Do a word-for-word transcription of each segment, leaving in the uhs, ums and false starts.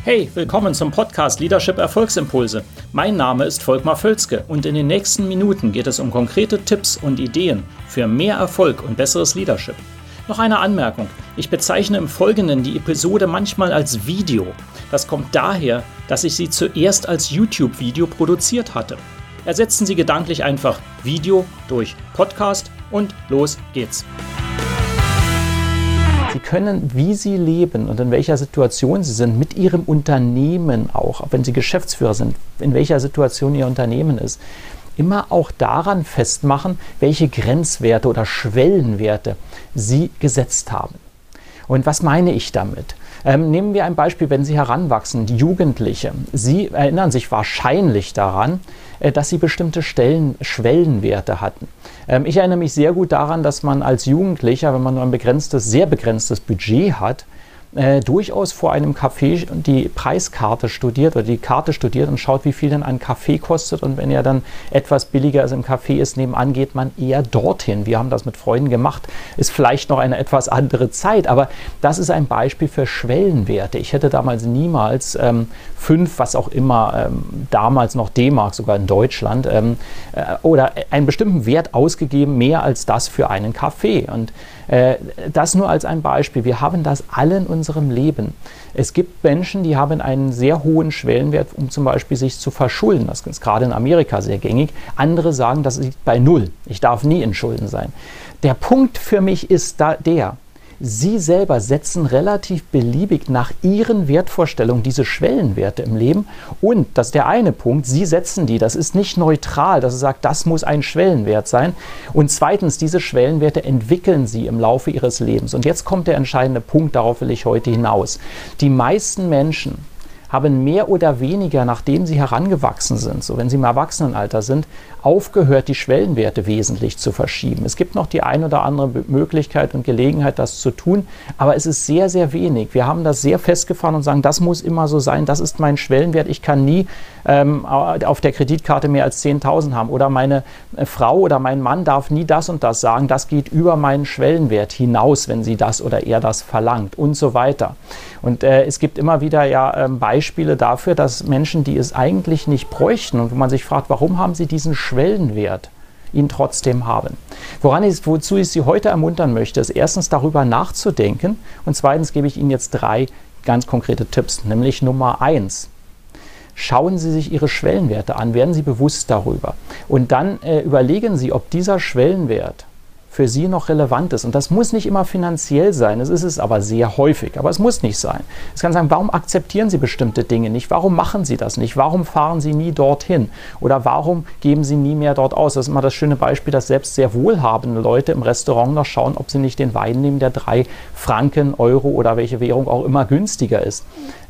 Hey, willkommen zum Podcast Leadership Erfolgsimpulse. Mein Name ist Volkmar Völzke und in den nächsten Minuten geht es um konkrete Tipps und Ideen für mehr Erfolg und besseres Leadership. Noch eine Anmerkung. Ich bezeichne im Folgenden die Episode manchmal als Video. Das kommt daher, dass ich sie zuerst als YouTube-Video produziert hatte. Ersetzen Sie gedanklich einfach Video durch Podcast und los geht's. Sie können, wie Sie leben und in welcher Situation Sie sind, mit Ihrem Unternehmen auch, auch wenn Sie Geschäftsführer sind, in welcher Situation Ihr Unternehmen ist, immer auch daran festmachen, welche Grenzwerte oder Schwellenwerte Sie gesetzt haben. Und was meine ich damit? Ähm, nehmen wir ein Beispiel, wenn Sie heranwachsen, die Jugendliche. Sie erinnern sich wahrscheinlich daran, äh, dass Sie bestimmte Stellen, Schwellenwerte hatten. Ähm, ich erinnere mich sehr gut daran, dass man als Jugendlicher, wenn man nur ein begrenztes, sehr begrenztes Budget hat, Äh, durchaus vor einem Café die Preiskarte studiert oder die Karte studiert und schaut, wie viel denn ein Kaffee kostet, und wenn er dann etwas billiger als im Café ist, nebenan geht man eher dorthin. Wir haben das mit Freunden gemacht, ist vielleicht noch eine etwas andere Zeit, aber das ist ein Beispiel für Schwellenwerte. Ich hätte damals niemals ähm, fünf, was auch immer, ähm, damals noch D-Mark, sogar in Deutschland, ähm, äh, oder einen bestimmten Wert ausgegeben, mehr als das für einen Kaffee. Und äh, das nur als ein Beispiel. Wir haben das alle in unserem Leben. Es gibt Menschen, die haben einen sehr hohen Schwellenwert, um zum Beispiel sich zu verschulden. Das ist gerade in Amerika sehr gängig. Andere sagen, das liegt bei Null. Ich darf nie in Schulden sein. Der Punkt für mich ist da der, Sie selber setzen relativ beliebig nach Ihren Wertvorstellungen diese Schwellenwerte im Leben, und das ist der eine Punkt, Sie setzen die, das ist nicht neutral, dass Sie sagen, das muss ein Schwellenwert sein, und zweitens, diese Schwellenwerte entwickeln Sie im Laufe Ihres Lebens, und jetzt kommt der entscheidende Punkt, darauf will ich heute hinaus. Die meisten Menschen haben mehr oder weniger, nachdem sie herangewachsen sind, so wenn sie im Erwachsenenalter sind, aufgehört, die Schwellenwerte wesentlich zu verschieben. Es gibt noch die ein oder andere Möglichkeit und Gelegenheit, das zu tun, aber es ist sehr, sehr wenig. Wir haben das sehr festgefahren und sagen, das muss immer so sein, das ist mein Schwellenwert, ich kann nie ähm, auf der Kreditkarte mehr als zehntausend haben, oder meine äh, Frau oder mein Mann darf nie das und das sagen, das geht über meinen Schwellenwert hinaus, wenn sie das oder er das verlangt und so weiter. Und äh, es gibt immer wieder ja ähm, Beispiele dafür, dass Menschen, die es eigentlich nicht bräuchten und wo man sich fragt, warum haben sie diesen Schwellenwert, ihn trotzdem haben. Woran ich, wozu ich Sie heute ermuntern möchte, ist erstens darüber nachzudenken, und zweitens gebe ich Ihnen jetzt drei ganz konkrete Tipps, nämlich Nummer eins. Schauen Sie sich Ihre Schwellenwerte an, werden Sie bewusst darüber, und dann äh, überlegen Sie, ob dieser Schwellenwert für Sie noch relevant ist. Und das muss nicht immer finanziell sein, es ist es aber sehr häufig, aber es muss nicht sein. Es kann sagen, warum akzeptieren Sie bestimmte Dinge nicht? Warum machen Sie das nicht? Warum fahren Sie nie dorthin? Oder warum geben Sie nie mehr dort aus? Das ist immer das schöne Beispiel, dass selbst sehr wohlhabende Leute im Restaurant noch schauen, ob sie nicht den Wein nehmen, der drei Franken, Euro oder welche Währung auch immer günstiger ist.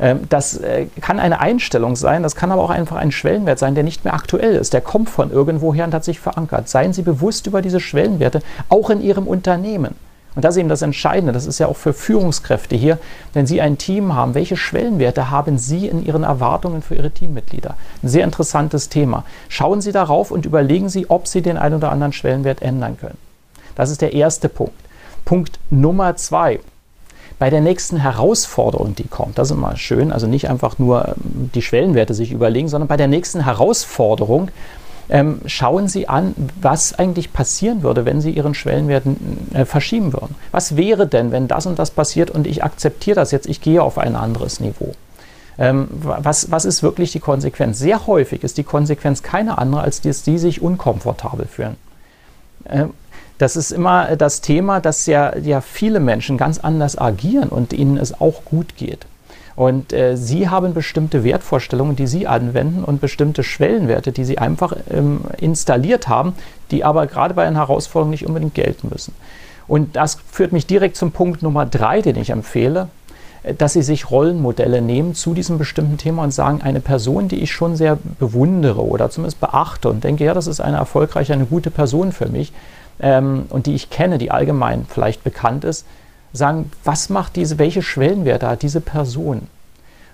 Das kann eine Einstellung sein, das kann aber auch einfach ein Schwellenwert sein, der nicht mehr aktuell ist. Der kommt von irgendwoher und hat sich verankert. Seien Sie bewusst über diese Schwellenwerte, auch in Ihrem Unternehmen. Und das ist eben das Entscheidende, das ist ja auch für Führungskräfte hier, wenn Sie ein Team haben, welche Schwellenwerte haben Sie in Ihren Erwartungen für Ihre Teammitglieder? Ein sehr interessantes Thema. Schauen Sie darauf und überlegen Sie, ob Sie den einen oder anderen Schwellenwert ändern können. Das ist der erste Punkt. Punkt Nummer zwei. Bei der nächsten Herausforderung, die kommt, das ist immer schön, also nicht einfach nur die Schwellenwerte sich überlegen, sondern bei der nächsten Herausforderung Ähm, schauen Sie an, was eigentlich passieren würde, wenn Sie Ihren Schwellenwert äh, verschieben würden. Was wäre denn, wenn das und das passiert und ich akzeptiere das jetzt, ich gehe auf ein anderes Niveau? Ähm, was, was ist wirklich die Konsequenz? Sehr häufig ist die Konsequenz keine andere, als dass die sich unkomfortabel fühlen. Ähm, das ist immer das Thema, dass ja, ja viele Menschen ganz anders agieren und ihnen es auch gut geht. Und äh, Sie haben bestimmte Wertvorstellungen, die Sie anwenden, und bestimmte Schwellenwerte, die Sie einfach ähm, installiert haben, die aber gerade bei einer Herausforderung nicht unbedingt gelten müssen. Und das führt mich direkt zum Punkt Nummer drei, den ich empfehle, äh, dass Sie sich Rollenmodelle nehmen zu diesem bestimmten Thema und sagen, eine Person, die ich schon sehr bewundere oder zumindest beachte und denke, ja, das ist eine erfolgreiche, eine gute Person für mich ähm, und die ich kenne, die allgemein vielleicht bekannt ist, sagen, was macht diese, welche Schwellenwerte hat diese Person?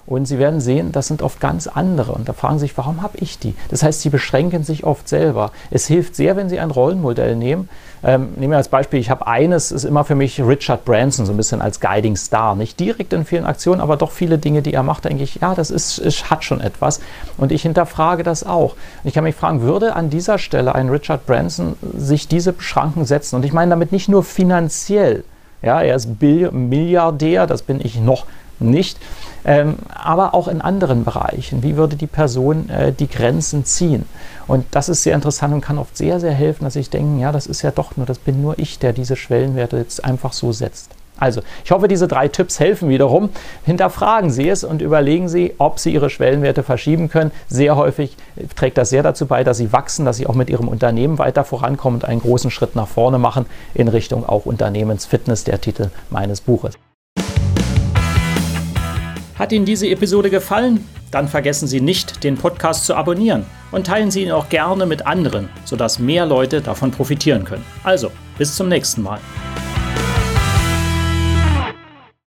Und Sie werden sehen, das sind oft ganz andere. Und da fragen Sie sich, warum habe ich die? Das heißt, Sie beschränken sich oft selber. Es hilft sehr, wenn Sie ein Rollenmodell nehmen. Ähm, nehmen wir als Beispiel, ich habe eines, ist immer für mich Richard Branson, so ein bisschen als Guiding Star. Nicht direkt in vielen Aktionen, aber doch viele Dinge, die er macht, denke ich, ja, das ist, ist, hat schon etwas. Und ich hinterfrage das auch. Und ich kann mich fragen, würde an dieser Stelle ein Richard Branson sich diese Schranken setzen? Und ich meine damit nicht nur finanziell. Ja, er ist Bill- Milliardär, das bin ich noch nicht, ähm, aber auch in anderen Bereichen. Wie würde die Person äh, die Grenzen ziehen? Und das ist sehr interessant und kann oft sehr, sehr helfen, dass ich denke, ja, das ist ja doch nur, das bin nur ich, der diese Schwellenwerte jetzt einfach so setzt. Also, ich hoffe, diese drei Tipps helfen wiederum. Hinterfragen Sie es und überlegen Sie, ob Sie Ihre Schwellenwerte verschieben können. Sehr häufig trägt das sehr dazu bei, dass Sie wachsen, dass Sie auch mit Ihrem Unternehmen weiter vorankommen und einen großen Schritt nach vorne machen in Richtung auch Unternehmensfitness, der Titel meines Buches. Hat Ihnen diese Episode gefallen? Dann vergessen Sie nicht, den Podcast zu abonnieren und teilen Sie ihn auch gerne mit anderen, sodass mehr Leute davon profitieren können. Also, bis zum nächsten Mal.